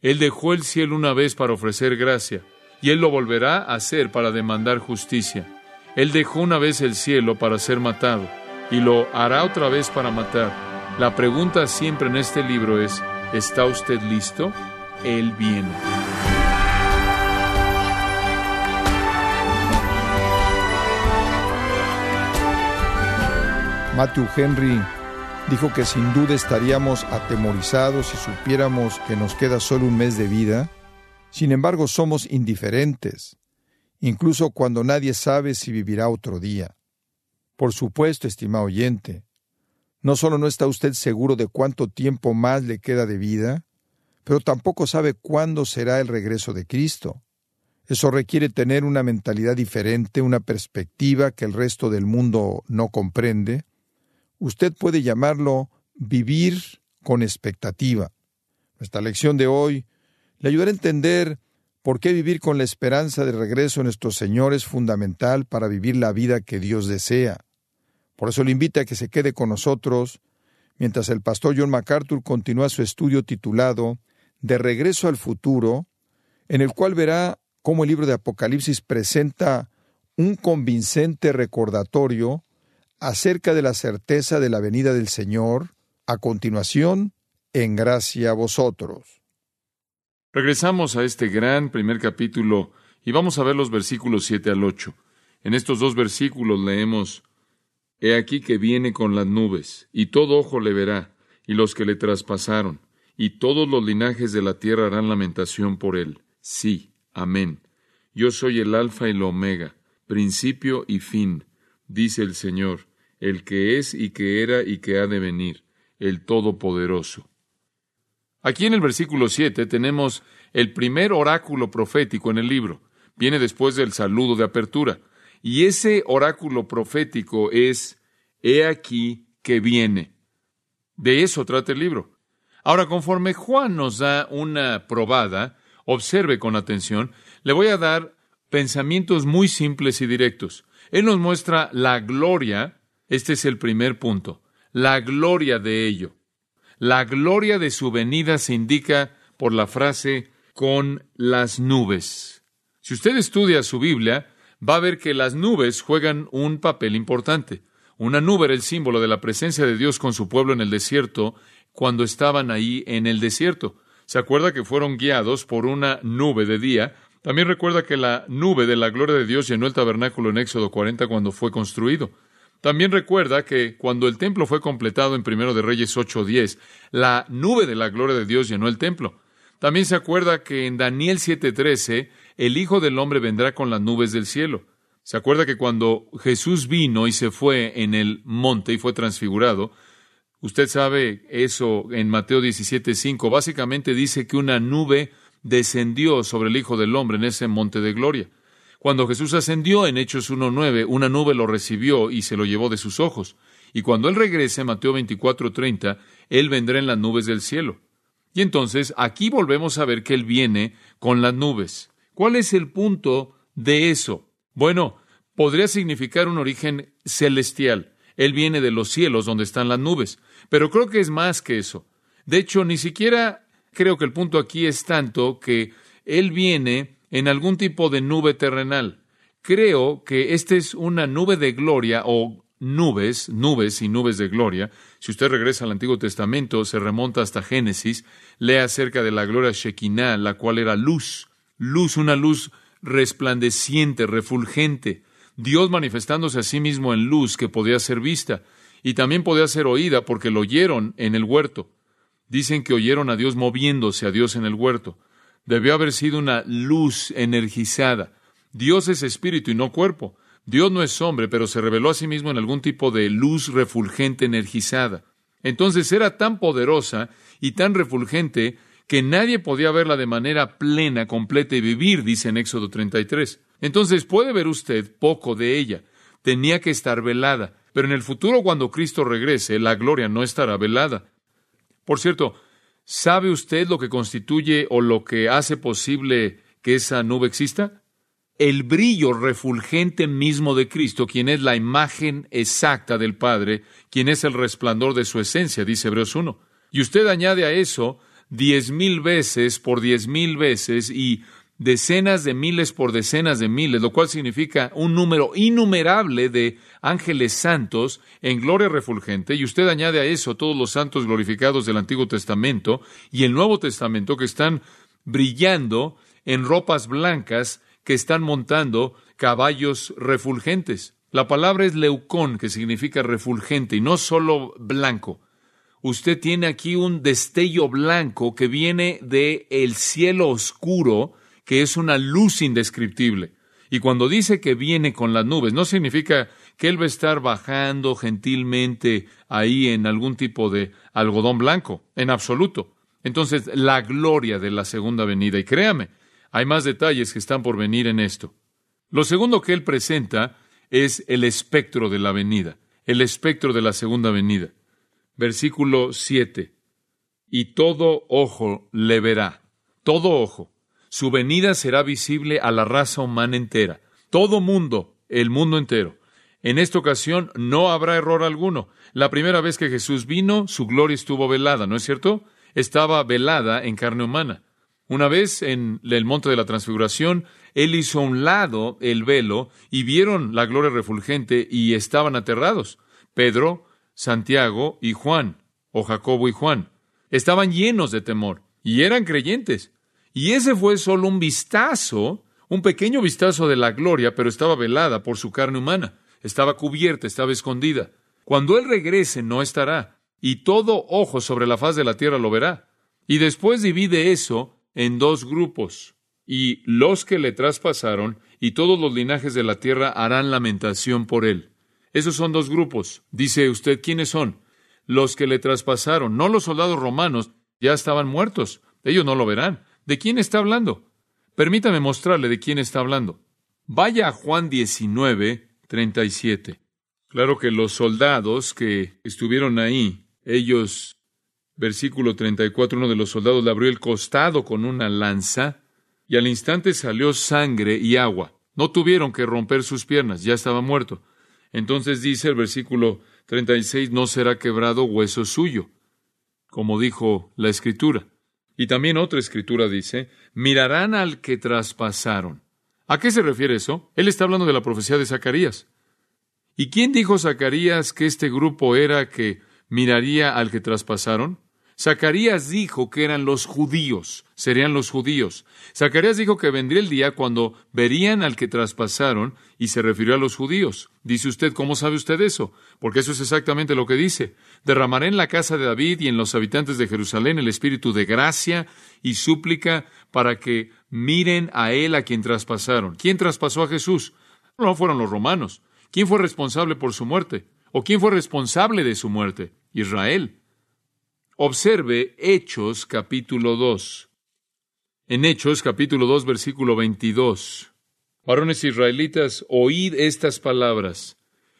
Él dejó el cielo una vez para ofrecer gracia, y Él lo volverá a hacer para demandar justicia. Él dejó una vez el cielo para ser matado, y lo hará otra vez para matar. La pregunta siempre en este libro es, ¿está usted listo? Él viene. Matthew Henry dijo que sin duda estaríamos atemorizados si supiéramos que nos queda solo un mes de vida. Sin embargo, somos indiferentes, incluso cuando nadie sabe si vivirá otro día. Por supuesto, estimado oyente, no solo no está usted seguro de cuánto tiempo más le queda de vida, pero tampoco sabe cuándo será el regreso de Cristo. Eso requiere tener una mentalidad diferente, una perspectiva que el resto del mundo no comprende. Usted puede llamarlo vivir con expectativa. Nuestra lección de hoy le ayudará a entender por qué vivir con la esperanza de regreso de nuestro Señor es fundamental para vivir la vida que Dios desea. Por eso le invito a que se quede con nosotros mientras el pastor John MacArthur continúa su estudio titulado De regreso al futuro, en el cual verá cómo el libro de Apocalipsis presenta un convincente recordatorio acerca de la certeza de la venida del Señor, a continuación, en gracia a vosotros. Regresamos a este gran primer capítulo y vamos a ver los versículos 7 al 8. En estos dos versículos leemos, He aquí que viene con las nubes, y todo ojo le verá, y los que le traspasaron, y todos los linajes de la tierra harán lamentación por él. Sí, amén. Yo soy el Alfa y el Omega, principio y fin, dice el Señor, el que es y que era y que ha de venir, el Todopoderoso. Aquí en el versículo 7 tenemos el primer oráculo profético en el libro. Viene después del saludo de apertura. Y ese oráculo profético es, he aquí que viene. De eso trata el libro. Ahora, conforme Juan nos da una probada, observe con atención, le voy a dar pensamientos muy simples y directos. Él nos muestra la gloria, este es el primer punto, la gloria de ello. La gloria de su venida se indica por la frase, con las nubes. Si usted estudia su Biblia, va a ver que las nubes juegan un papel importante. Una nube era el símbolo de la presencia de Dios con su pueblo en el desierto, cuando estaban ahí en el desierto. ¿Se acuerda que fueron guiados por una nube de día? También recuerda que la nube de la gloria de Dios llenó el tabernáculo en Éxodo 40 cuando fue construido. También recuerda que cuando el templo fue completado en 1 de Reyes 8:10, la nube de la gloria de Dios llenó el templo. También se acuerda que en Daniel 7:13, el Hijo del Hombre vendrá con las nubes del cielo. Se acuerda que cuando Jesús vino y se fue en el monte y fue transfigurado, usted sabe eso en Mateo 17:5, básicamente dice que una nube descendió sobre el Hijo del Hombre en ese monte de gloria. Cuando Jesús ascendió en Hechos 1:9, una nube lo recibió y se lo llevó de sus ojos. Y cuando Él regrese, Mateo 24:30, Él vendrá en las nubes del cielo. Y entonces, aquí volvemos a ver que Él viene con las nubes. ¿Cuál es el punto de eso? Bueno, podría significar un origen celestial. Él viene de los cielos donde están las nubes. Pero creo que es más que eso. De hecho, ni siquiera creo que el punto aquí es tanto que Él viene en algún tipo de nube terrenal. Creo que esta es una nube de gloria o nubes y nubes de gloria. Si usted regresa al Antiguo Testamento, se remonta hasta Génesis, lee acerca de la gloria Shekinah, la cual era luz, una luz resplandeciente, refulgente. Dios manifestándose a sí mismo en luz que podía ser vista y también podía ser oída porque lo oyeron en el huerto. Dicen que oyeron a Dios moviéndose, a Dios en el huerto. Debió haber sido una luz energizada. Dios es espíritu y no cuerpo. Dios no es hombre, pero se reveló a sí mismo en algún tipo de luz refulgente energizada. Entonces era tan poderosa y tan refulgente que nadie podía verla de manera plena, completa y vivir, dice en Éxodo 33. Entonces puede ver usted poco de ella. Tenía que estar velada. Pero en el futuro, cuando Cristo regrese, la gloria no estará velada. Por cierto, ¿sabe usted lo que constituye o lo que hace posible que esa nube exista? El brillo refulgente mismo de Cristo, quien es la imagen exacta del Padre, quien es el resplandor de su esencia, dice Hebreos 1. Y usted añade a eso 10,000 veces por 10,000 veces y decenas de miles por decenas de miles, lo cual significa un número innumerable de ángeles santos en gloria refulgente, y usted añade a eso todos los santos glorificados del Antiguo Testamento y el Nuevo Testamento que están brillando en ropas blancas, que están montando caballos refulgentes. La palabra es leucón, que significa refulgente, y no solo blanco. Usted tiene aquí un destello blanco que viene del cielo oscuro, que es una luz indescriptible. Y cuando dice que viene con las nubes, no significa que Él va a estar bajando gentilmente ahí en algún tipo de algodón blanco, en absoluto. Entonces, la gloria de la segunda venida. Y créame, hay más detalles que están por venir en esto. Lo segundo que Él presenta es el espectro de la venida, el espectro de la segunda venida. Versículo 7. Y todo ojo le verá, todo ojo. Su venida será visible a la raza humana entera. Todo mundo, el mundo entero. En esta ocasión no habrá error alguno. La primera vez que Jesús vino, su gloria estuvo velada, ¿no es cierto? Estaba velada en carne humana. Una vez en el monte de la transfiguración, Él hizo a un lado el velo y vieron la gloria refulgente y estaban aterrados. Pedro, Santiago y Juan, o Jacobo y Juan, estaban llenos de temor y eran creyentes. Y ese fue solo un vistazo, un pequeño vistazo de la gloria, pero estaba velada por su carne humana. Estaba cubierta, estaba escondida. Cuando Él regrese, no estará, y todo ojo sobre la faz de la tierra lo verá. Y después divide eso en dos grupos. Y los que le traspasaron y todos los linajes de la tierra harán lamentación por Él. Esos son dos grupos. Dice usted, ¿quiénes son? Los que le traspasaron, no los soldados romanos, ya estaban muertos. Ellos no lo verán. ¿De quién está hablando? Permítame mostrarle de quién está hablando. Vaya a Juan 19:37. Claro que los soldados que estuvieron ahí, ellos, versículo 34, uno de los soldados le abrió el costado con una lanza y al instante salió sangre y agua. No tuvieron que romper sus piernas, ya estaba muerto. Entonces dice el versículo 36, no será quebrado hueso suyo, como dijo la Escritura. Y también otra Escritura dice, mirarán al que traspasaron. ¿A qué se refiere eso? Él está hablando de la profecía de Zacarías. ¿Y quién dijo Zacarías que este grupo era que miraría al que traspasaron? Zacarías dijo que eran los judíos, serían los judíos. Zacarías dijo que vendría el día cuando verían al que traspasaron y se refirió a los judíos. Dice usted, ¿cómo sabe usted eso? Porque eso es exactamente lo que dice. Derramaré en la casa de David y en los habitantes de Jerusalén el espíritu de gracia y súplica para que miren a él a quien traspasaron. ¿Quién traspasó a Jesús? No fueron los romanos. ¿Quién fue responsable por su muerte? ¿O quién fue responsable de su muerte? Israel. Observe Hechos capítulo 2. En Hechos capítulo 2, versículo 22. Varones israelitas, oíd estas palabras.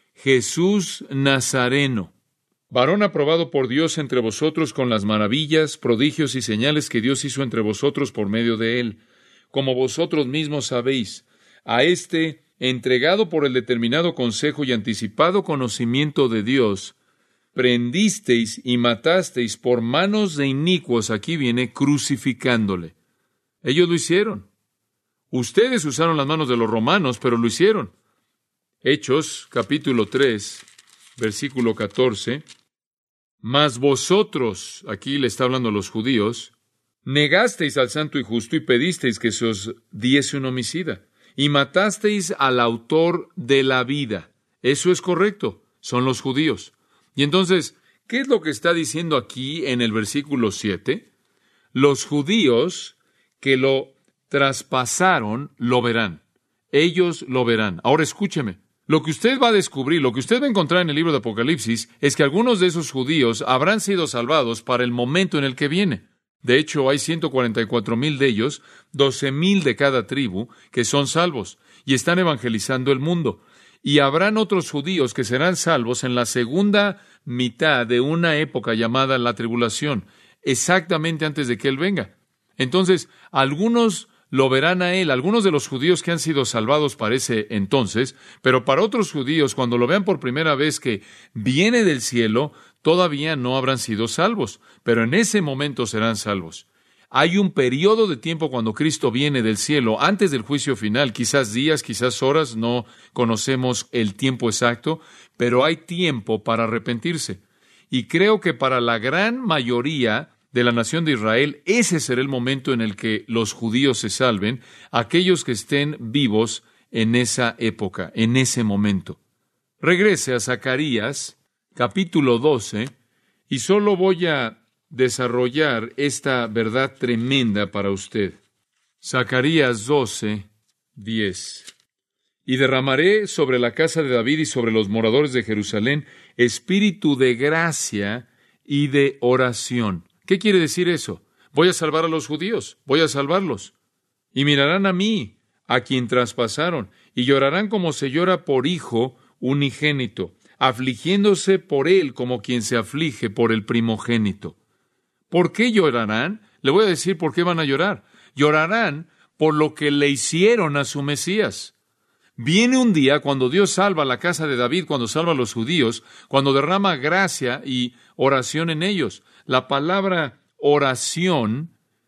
Jesús Nazareno, varón aprobado por Dios entre vosotros con las maravillas, prodigios y señales que Dios hizo entre vosotros por medio de él, como vosotros mismos sabéis, a este entregado por el determinado consejo y anticipado conocimiento de Dios, prendisteis y matasteis por manos de inicuos, aquí viene, crucificándole. Ellos lo hicieron. Ustedes usaron las manos de los romanos, pero lo hicieron. Hechos, capítulo 3, versículo 14. Mas vosotros, aquí le está hablando a los judíos, negasteis al santo y justo y pedisteis que se os diese un homicida, y matasteis al autor de la vida. Eso es correcto, son los judíos. Y entonces, ¿qué es lo que está diciendo aquí en el versículo 7? Los judíos que lo traspasaron lo verán. Ellos lo verán. Ahora escúcheme. Lo que usted va a descubrir, lo que usted va a encontrar en el libro de Apocalipsis, es que algunos de esos judíos habrán sido salvados para el momento en el que viene. De hecho, hay 144,000 de ellos, 12,000 de cada tribu, que son salvos y están evangelizando el mundo. Y habrán otros judíos que serán salvos en la segunda mitad de una época llamada la tribulación, exactamente antes de que Él venga. Entonces, algunos lo verán a Él, algunos de los judíos que han sido salvados para ese entonces, pero para otros judíos, cuando lo vean por primera vez que viene del cielo, todavía no habrán sido salvos, pero en ese momento serán salvos. Hay un periodo de tiempo cuando Cristo viene del cielo, antes del juicio final, quizás días, quizás horas, no conocemos el tiempo exacto, pero hay tiempo para arrepentirse. Y creo que para la gran mayoría de la nación de Israel, ese será el momento en el que los judíos se salven, aquellos que estén vivos en esa época, en ese momento. Regrese a Zacarías, capítulo 12, y solo voy a desarrollar esta verdad tremenda para usted. Zacarías 12, 10. Y derramaré sobre la casa de David y sobre los moradores de Jerusalén espíritu de gracia y de oración. ¿Qué quiere decir eso? Voy a salvar a los judíos, voy a salvarlos. Y mirarán a mí, a quien traspasaron, y llorarán como se llora por hijo unigénito, afligiéndose por él como quien se aflige por el primogénito. ¿Por qué llorarán? Le voy a decir por qué van a llorar. Llorarán por lo que le hicieron a su Mesías. Viene un día cuando Dios salva la casa de David, cuando salva a los judíos, cuando derrama gracia y oración en ellos. La palabra oración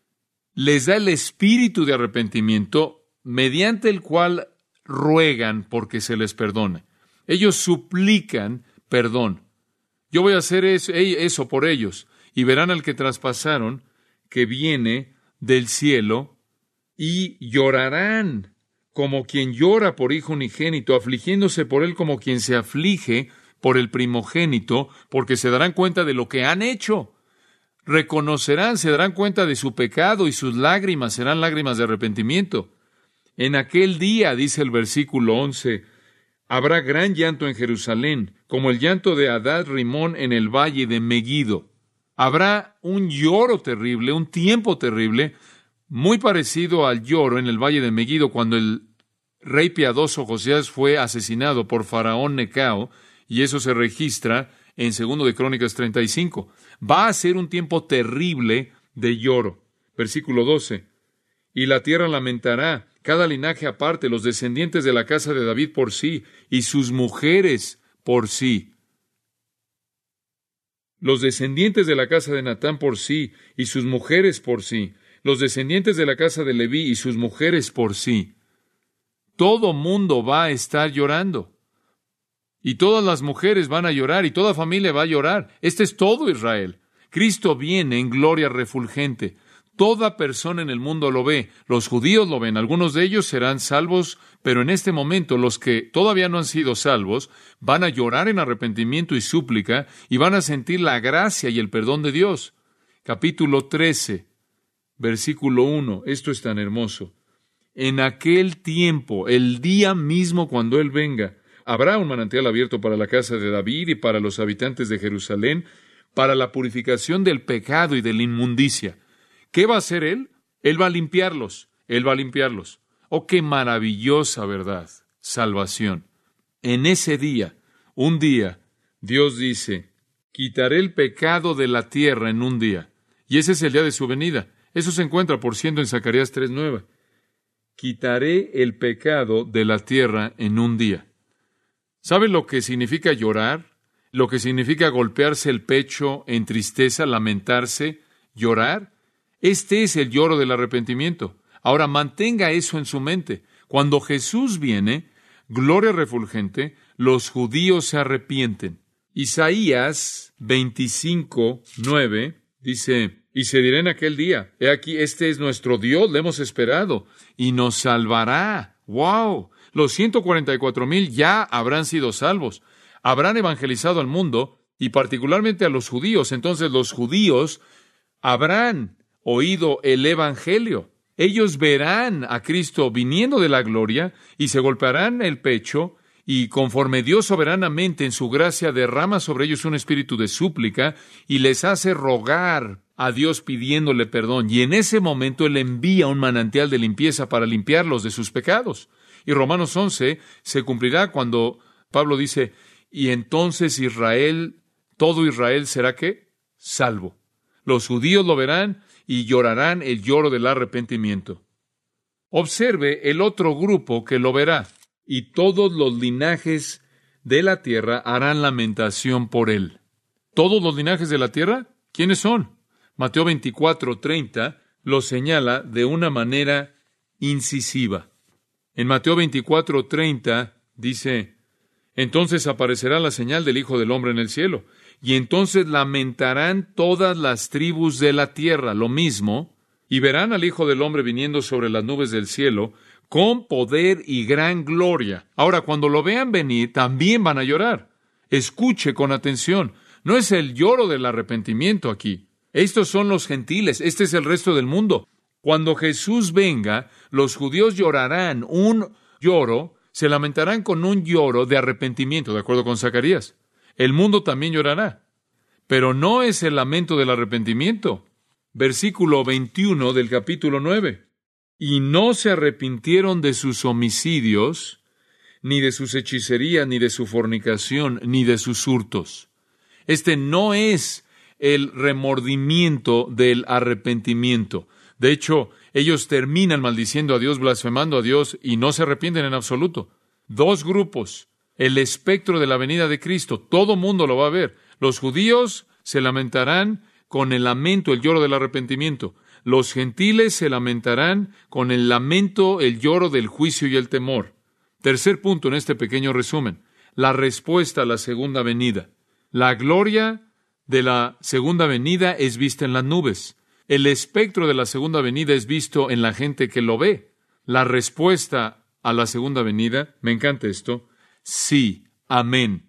les da el espíritu de arrepentimiento mediante el cual ruegan porque se les perdone. Ellos suplican perdón. Yo voy a hacer eso por ellos. Y verán al que traspasaron, que viene del cielo, y llorarán como quien llora por hijo unigénito, afligiéndose por él como quien se aflige por el primogénito, porque se darán cuenta de lo que han hecho. Reconocerán, se darán cuenta de su pecado, y sus lágrimas serán lágrimas de arrepentimiento. En aquel día, dice el versículo 11, habrá gran llanto en Jerusalén, como el llanto de Hadad Rimón en el valle de Megido. Habrá un lloro terrible, un tiempo terrible, muy parecido al lloro en el valle de Megido cuando el rey piadoso Josías fue asesinado por Faraón Necao, y eso se registra en 2 de Crónicas 35. Va a ser un tiempo terrible de lloro. Versículo 12. Y la tierra lamentará, cada linaje aparte, los descendientes de la casa de David por sí, y sus mujeres por sí. Los descendientes de la casa de Natán por sí, y sus mujeres por sí. Los descendientes de la casa de Leví y sus mujeres por sí. Todo mundo va a estar llorando. Y todas las mujeres van a llorar, y toda familia va a llorar. Este es todo Israel. Cristo viene en gloria refulgente. Toda persona en el mundo lo ve. Los judíos lo ven. Algunos de ellos serán salvos, pero en este momento los que todavía no han sido salvos van a llorar en arrepentimiento y súplica y van a sentir la gracia y el perdón de Dios. Capítulo 13, versículo 1. Esto es tan hermoso. En aquel tiempo, el día mismo cuando Él venga, habrá un manantial abierto para la casa de David y para los habitantes de Jerusalén, para la purificación del pecado y de la inmundicia. ¿Qué va a hacer Él? Él va a limpiarlos. Él va a limpiarlos. ¡Oh, qué maravillosa verdad! Salvación. En ese día, un día, Dios dice, quitaré el pecado de la tierra en un día. Y ese es el día de su venida. Eso se encuentra, por cierto, en Zacarías 3:9. Quitaré el pecado de la tierra en un día. ¿Sabe lo que significa llorar? Lo que significa golpearse el pecho en tristeza, lamentarse, llorar. Este es el lloro del arrepentimiento. Ahora mantenga eso en su mente. Cuando Jesús viene, gloria refulgente, los judíos se arrepienten. Isaías 25:9 dice, y se dirá en aquel día, he aquí, este es nuestro Dios, le hemos esperado, y nos salvará. ¡Wow! Los 144,000 ya habrán sido salvos. Habrán evangelizado al mundo, y particularmente a los judíos. Entonces los judíos habrán oído el evangelio. Ellos verán a Cristo viniendo de la gloria, y se golpearán el pecho, y conforme Dios soberanamente en su gracia derrama sobre ellos un espíritu de súplica, y les hace rogar a Dios pidiéndole perdón. Y en ese momento Él envía un manantial de limpieza para limpiarlos de sus pecados. Y Romanos 11 se cumplirá cuando Pablo dice, y entonces Israel, todo Israel será ¿qué? Salvo. Los judíos lo verán y llorarán el lloro del arrepentimiento. Observe el otro grupo que lo verá, y todos los linajes de la tierra harán lamentación por él. ¿Todos los linajes de la tierra? ¿Quiénes son? Mateo 24:30 lo señala de una manera incisiva. En Mateo 24:30 dice: entonces aparecerá la señal del Hijo del Hombre en el cielo, y entonces lamentarán todas las tribus de la tierra, lo mismo, y verán al Hijo del Hombre viniendo sobre las nubes del cielo, con poder y gran gloria. Ahora, cuando lo vean venir, también van a llorar. Escuche con atención. No es el lloro del arrepentimiento aquí. Estos son los gentiles. Este es el resto del mundo. Cuando Jesús venga, los judíos llorarán un lloro, se lamentarán con un lloro de arrepentimiento, de acuerdo con Zacarías. El mundo también llorará. Pero no es el lamento del arrepentimiento. Versículo 21 del capítulo 9. Y no se arrepintieron de sus homicidios, ni de sus hechicerías, ni de su fornicación, ni de sus hurtos. Este no es el remordimiento del arrepentimiento. De hecho, ellos terminan maldiciendo a Dios, blasfemando a Dios, y no se arrepienten en absoluto. Dos grupos. El espectro de la venida de Cristo. Todo mundo lo va a ver. Los judíos se lamentarán con el lamento, el lloro del arrepentimiento. Los gentiles se lamentarán con el lamento, el lloro del juicio y el temor. Tercer punto en este pequeño resumen. La respuesta a la segunda venida. La gloria de la segunda venida es vista en las nubes. El espectro de la segunda venida es visto en la gente que lo ve. La respuesta a la segunda venida, me encanta esto, sí, amén.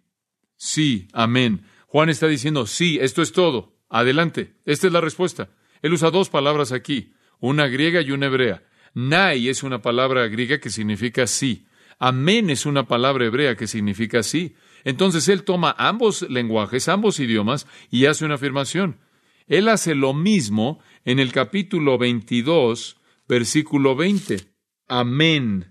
Sí, amén. Juan está diciendo, sí, esto es todo. Adelante, esta es la respuesta. Él usa dos palabras aquí, una griega y una hebrea. Nai es una palabra griega que significa sí. Amén es una palabra hebrea que significa sí. Entonces él toma ambos lenguajes, ambos idiomas, y hace una afirmación. Él hace lo mismo en el capítulo 22, versículo 20. Amén.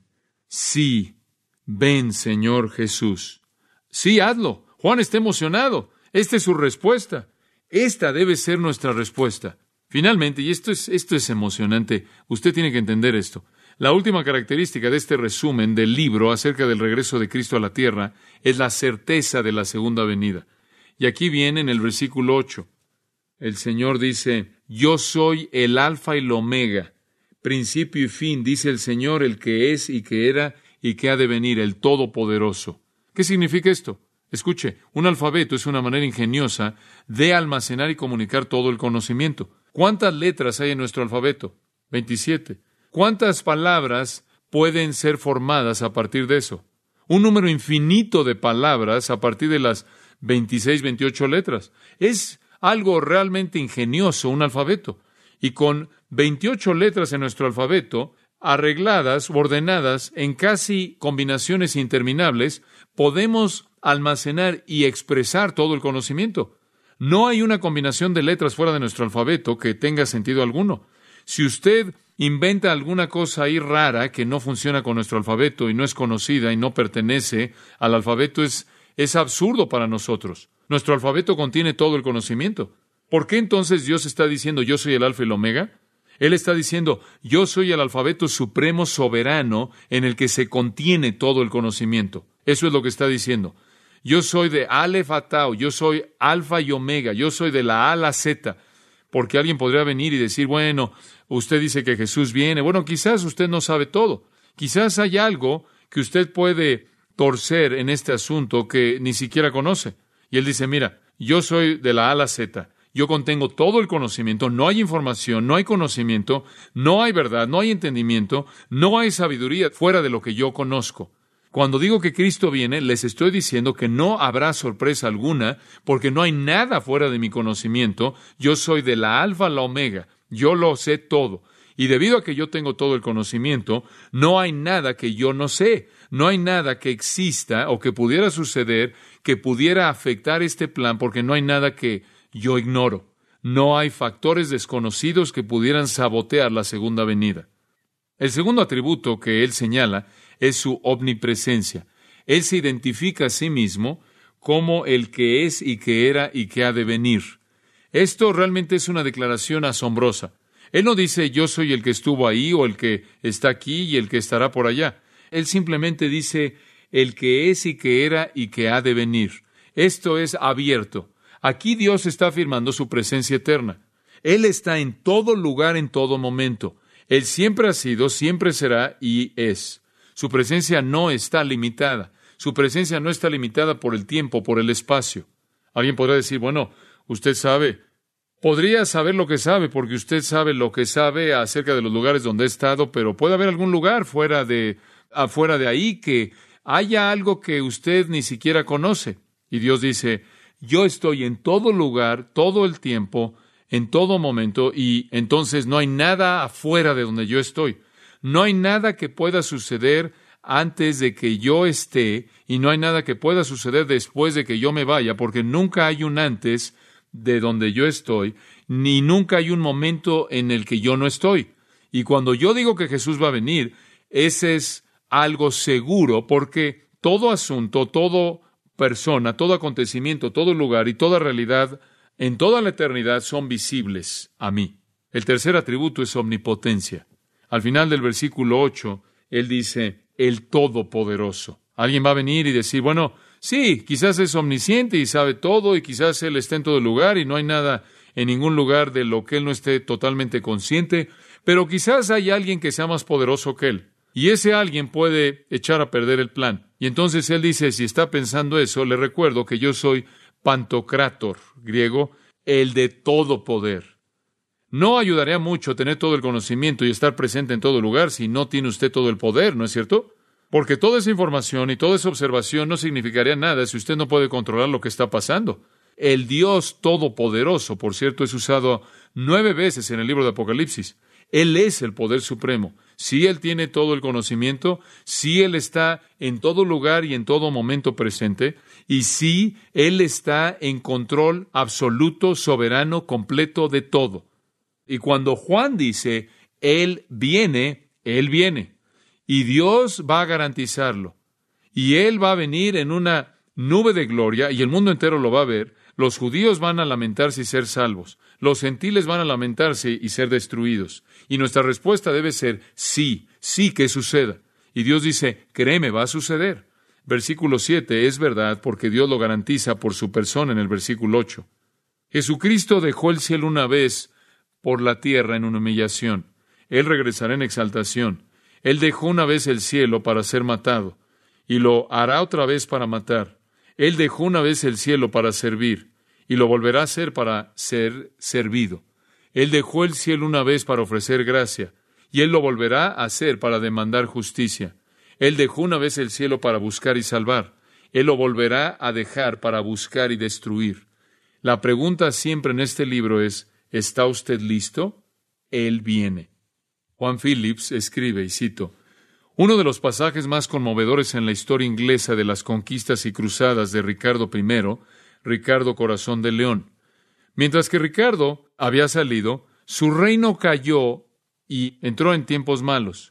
Sí. Ven, Señor Jesús. Sí, hazlo. Juan está emocionado. Esta es su respuesta. Esta debe ser nuestra respuesta. Finalmente, y esto es emocionante, usted tiene que entender esto. La última característica de este resumen del libro acerca del regreso de Cristo a la tierra es la certeza de la segunda venida. Y aquí viene en el versículo 8. El Señor dice, yo soy el alfa y el omega, principio y fin, dice el Señor, el que es y que era y que ha de venir, el Todopoderoso. ¿Qué significa esto? Escuche, un alfabeto es una manera ingeniosa de almacenar y comunicar todo el conocimiento. ¿Cuántas letras hay en nuestro alfabeto? 27. ¿Cuántas palabras pueden ser formadas a partir de eso? Un número infinito de palabras a partir de las 26, 28 letras. Es algo realmente ingenioso, un alfabeto. Y con 28 letras en nuestro alfabeto, arregladas, ordenadas en casi combinaciones interminables, podemos almacenar y expresar todo el conocimiento. No hay una combinación de letras fuera de nuestro alfabeto que tenga sentido alguno. Si usted inventa alguna cosa ahí rara que no funciona con nuestro alfabeto y no es conocida y no pertenece al alfabeto, es absurdo para nosotros. Nuestro alfabeto contiene todo el conocimiento. ¿Por qué entonces Dios está diciendo yo soy el alfa y el omega? Él está diciendo yo soy el alfabeto supremo soberano en el que se contiene todo el conocimiento. Eso es lo que está diciendo. Yo soy de Aleph a Tau, yo soy alfa y omega, yo soy de la A a la Z. Porque alguien podría venir y decir, bueno, usted dice que Jesús viene. Bueno, quizás usted no sabe todo. Quizás hay algo que usted puede torcer en este asunto que ni siquiera conoce. Y él dice, mira, yo soy de la A a la Z. Yo contengo todo el conocimiento. No hay información, no hay conocimiento, no hay verdad, no hay entendimiento, no hay sabiduría fuera de lo que yo conozco. Cuando digo que Cristo viene, les estoy diciendo que no habrá sorpresa alguna, porque no hay nada fuera de mi conocimiento. Yo soy de la alfa a la omega. Yo lo sé todo. Y debido a que yo tengo todo el conocimiento, no hay nada que yo no sé. No hay nada que exista o que pudiera suceder que pudiera afectar este plan, porque no hay nada que yo ignoro. No hay factores desconocidos que pudieran sabotear la segunda venida. El segundo atributo que él señala es su omnipresencia. Él se identifica a sí mismo como el que es y que era y que ha de venir. Esto realmente es una declaración asombrosa. Él no dice yo soy el que estuvo ahí o el que está aquí y el que estará por allá. Él simplemente dice el que es y que era y que ha de venir. Esto es abierto. Aquí Dios está afirmando su presencia eterna. Él está en todo lugar, en todo momento. Él siempre ha sido, siempre será y es. Su presencia no está limitada. Su presencia no está limitada por el tiempo, por el espacio. Alguien podrá decir, bueno, usted sabe, podría saber lo que sabe, porque usted sabe lo que sabe acerca de los lugares donde ha estado, pero puede haber algún lugar afuera de ahí que haya algo que usted ni siquiera conoce. Y Dios dice, yo estoy en todo lugar, todo el tiempo, en todo momento, y entonces no hay nada afuera de donde yo estoy. No hay nada que pueda suceder antes de que yo esté, y no hay nada que pueda suceder después de que yo me vaya, porque nunca hay un antes de donde yo estoy, ni nunca hay un momento en el que yo no estoy. Y cuando yo digo que Jesús va a venir, ese es algo seguro, porque todo asunto, toda persona, todo acontecimiento, todo lugar y toda realidad en toda la eternidad son visibles a mí. El tercer atributo es omnipotencia. Al final del versículo 8, él dice, el Todopoderoso. Alguien va a venir y decir, bueno, sí, quizás es omnisciente y sabe todo, y quizás Él está en todo lugar y no hay nada en ningún lugar de lo que Él no esté totalmente consciente, pero quizás hay alguien que sea más poderoso que Él. Y ese alguien puede echar a perder el plan. Y entonces Él dice, si está pensando eso, le recuerdo que yo soy Pantocrátor, griego, el de todo poder. No ayudaría mucho tener todo el conocimiento y estar presente en todo lugar si no tiene usted todo el poder, ¿no es cierto? Porque toda esa información y toda esa observación no significaría nada si usted no puede controlar lo que está pasando. El Dios Todopoderoso, por cierto, es usado 9 veces en el libro de Apocalipsis. Él es el poder supremo. Sí, Él tiene todo el conocimiento, sí, Él está en todo lugar y en todo momento presente, y sí, Él está en control absoluto, soberano, completo de todo. Y cuando Juan dice, Él viene, y Dios va a garantizarlo, y Él va a venir en una nube de gloria, y el mundo entero lo va a ver. Los judíos van a lamentarse y ser salvos. Los gentiles van a lamentarse y ser destruidos. Y nuestra respuesta debe ser sí, sí que suceda. Y Dios dice, créeme, va a suceder. Versículo 7, es verdad porque Dios lo garantiza por su persona en el versículo 8. Jesucristo dejó el cielo una vez por la tierra en una humillación. Él regresará en exaltación. Él dejó una vez el cielo para ser matado, y lo hará otra vez para matar. Él dejó una vez el cielo para servir, y lo volverá a hacer para ser servido. Él dejó el cielo una vez para ofrecer gracia, y Él lo volverá a hacer para demandar justicia. Él dejó una vez el cielo para buscar y salvar. Él lo volverá a dejar para buscar y destruir. La pregunta siempre en este libro es, ¿está usted listo? Él viene. Juan Phillips escribe, y cito, uno de los pasajes más conmovedores en la historia inglesa de las conquistas y cruzadas de Ricardo I, Ricardo Corazón de León. Mientras que Ricardo había salido, su reino cayó y entró en tiempos malos.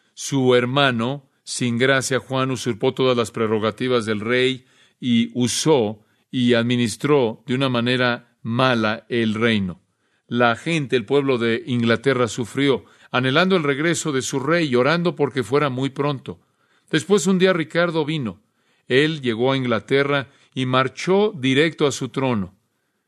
Su hermano, sin gracia, Juan, usurpó todas las prerrogativas del rey y usó y administró de una manera mala el reino. La gente, el pueblo de Inglaterra sufrió, anhelando el regreso de su rey y orando porque fuera muy pronto. Después un día Ricardo vino. Él llegó a Inglaterra y marchó directo a su trono.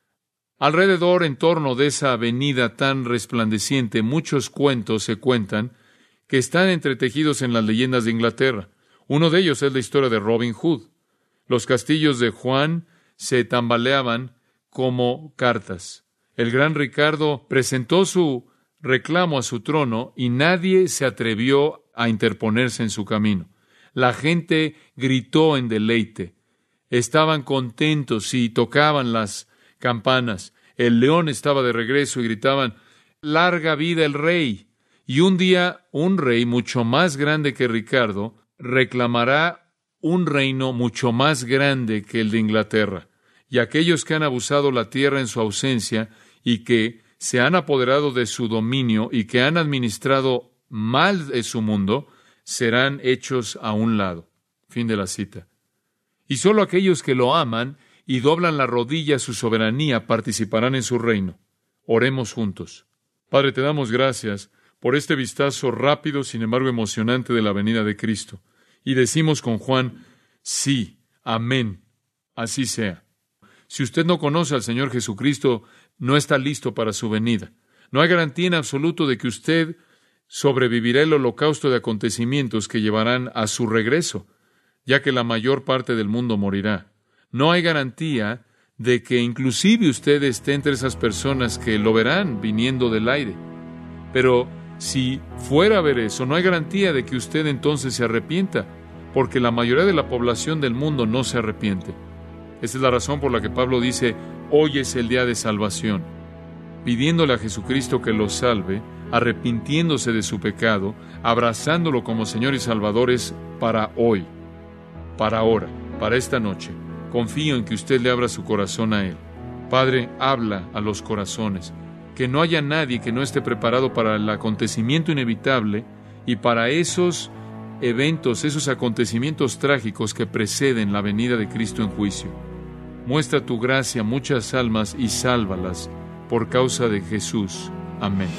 Alrededor, en torno de esa avenida tan resplandeciente, muchos cuentos se cuentan que están entretejidos en las leyendas de Inglaterra. Uno de ellos es la historia de Robin Hood. Los castillos de Juan se tambaleaban como cartas. El gran Ricardo presentó su reclamo a su trono y nadie se atrevió a interponerse en su camino. La gente gritó en deleite. Estaban contentos y tocaban las campanas. El león estaba de regreso y gritaban, ¡larga vida el rey! Y un día un rey mucho más grande que Ricardo reclamará un reino mucho más grande que el de Inglaterra. Y aquellos que han abusado la tierra en su ausencia y que se han apoderado de su dominio y que han administrado mal de su mundo, serán hechos a un lado. Fin de la cita. Y solo aquellos que lo aman y doblan la rodilla a su soberanía participarán en su reino. Oremos juntos. Padre, te damos gracias por este vistazo rápido, sin embargo emocionante, de la venida de Cristo. Y decimos con Juan, sí, amén, así sea. Si usted no conoce al Señor Jesucristo, no está listo para su venida. No hay garantía en absoluto de que usted sobrevivirá el holocausto de acontecimientos que llevarán a su regreso, ya que la mayor parte del mundo morirá. No hay garantía de que inclusive usted esté entre esas personas que lo verán viniendo del aire. Pero si fuera a ver eso, no hay garantía de que usted entonces se arrepienta, porque la mayoría de la población del mundo no se arrepiente. Esa es la razón por la que Pablo dice, hoy es el día de salvación, pidiéndole a Jesucristo que lo salve, arrepintiéndose de su pecado, abrazándolo como Señor y Salvador es para hoy, para ahora, para esta noche. Confío en que usted le abra su corazón a Él. Padre, habla a los corazones. Que no haya nadie que no esté preparado para el acontecimiento inevitable y para esos eventos, esos acontecimientos trágicos que preceden la venida de Cristo en juicio. Muestra tu gracia a muchas almas y sálvalas por causa de Jesús. Amén.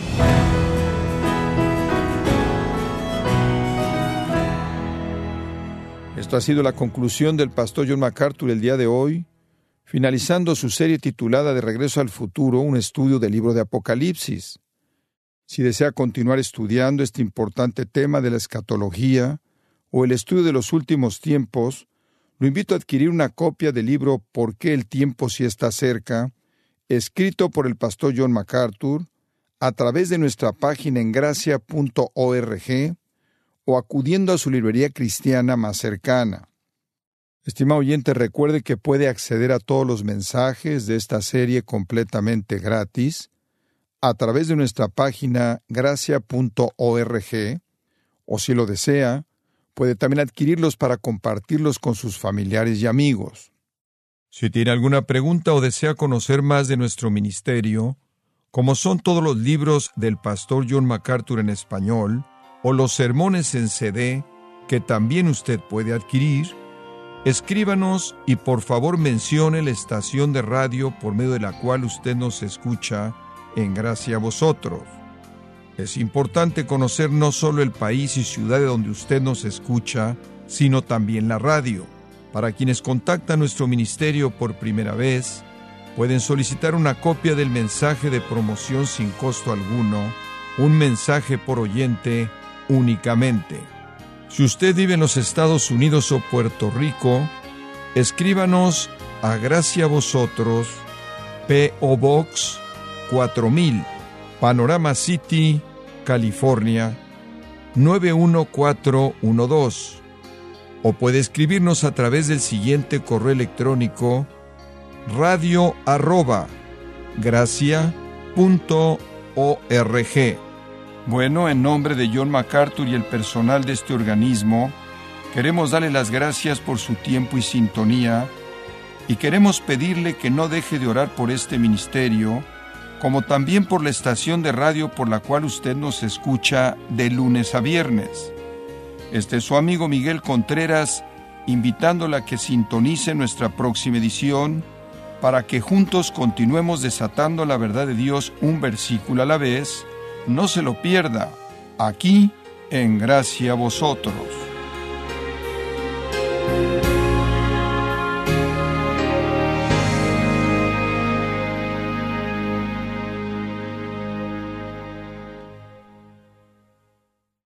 Esto ha sido la conclusión del pastor John MacArthur el día de hoy, finalizando su serie titulada De Regreso al Futuro, un estudio del libro de Apocalipsis. Si desea continuar estudiando este importante tema de la escatología o el estudio de los últimos tiempos, lo invito a adquirir una copia del libro ¿Por qué el tiempo sí está cerca?, escrito por el pastor John MacArthur, a través de nuestra página en gracia.org o acudiendo a su librería cristiana más cercana. Estimado oyente, recuerde que puede acceder a todos los mensajes de esta serie completamente gratis a través de nuestra página gracia.org, o si lo desea, puede también adquirirlos para compartirlos con sus familiares y amigos. Si tiene alguna pregunta o desea conocer más de nuestro ministerio, como son todos los libros del pastor John MacArthur en español, o los sermones en CD, que también usted puede adquirir, escríbanos y por favor mencione la estación de radio por medio de la cual usted nos escucha en Gracia a Vosotros. Es importante conocer no solo el país y ciudad de donde usted nos escucha, sino también la radio. Para quienes contactan nuestro ministerio por primera vez, pueden solicitar una copia del mensaje de promoción sin costo alguno, un mensaje por oyente únicamente. Si usted vive en los Estados Unidos o Puerto Rico, escríbanos a Gracia a Vosotros, P.O. Box 4000, Panorama City, California, 91412. O puede escribirnos a través del siguiente correo electrónico: radio@gracia.org. Bueno, en nombre de John MacArthur y el personal de este organismo, queremos darle las gracias por su tiempo y sintonía, y queremos pedirle que no deje de orar por este ministerio, como también por la estación de radio por la cual usted nos escucha de lunes a viernes. Este es su amigo Miguel Contreras, invitándola a que sintonice nuestra próxima edición, para que juntos continuemos desatando la verdad de Dios un versículo a la vez. No se lo pierda, aquí en Gracia a Vosotros.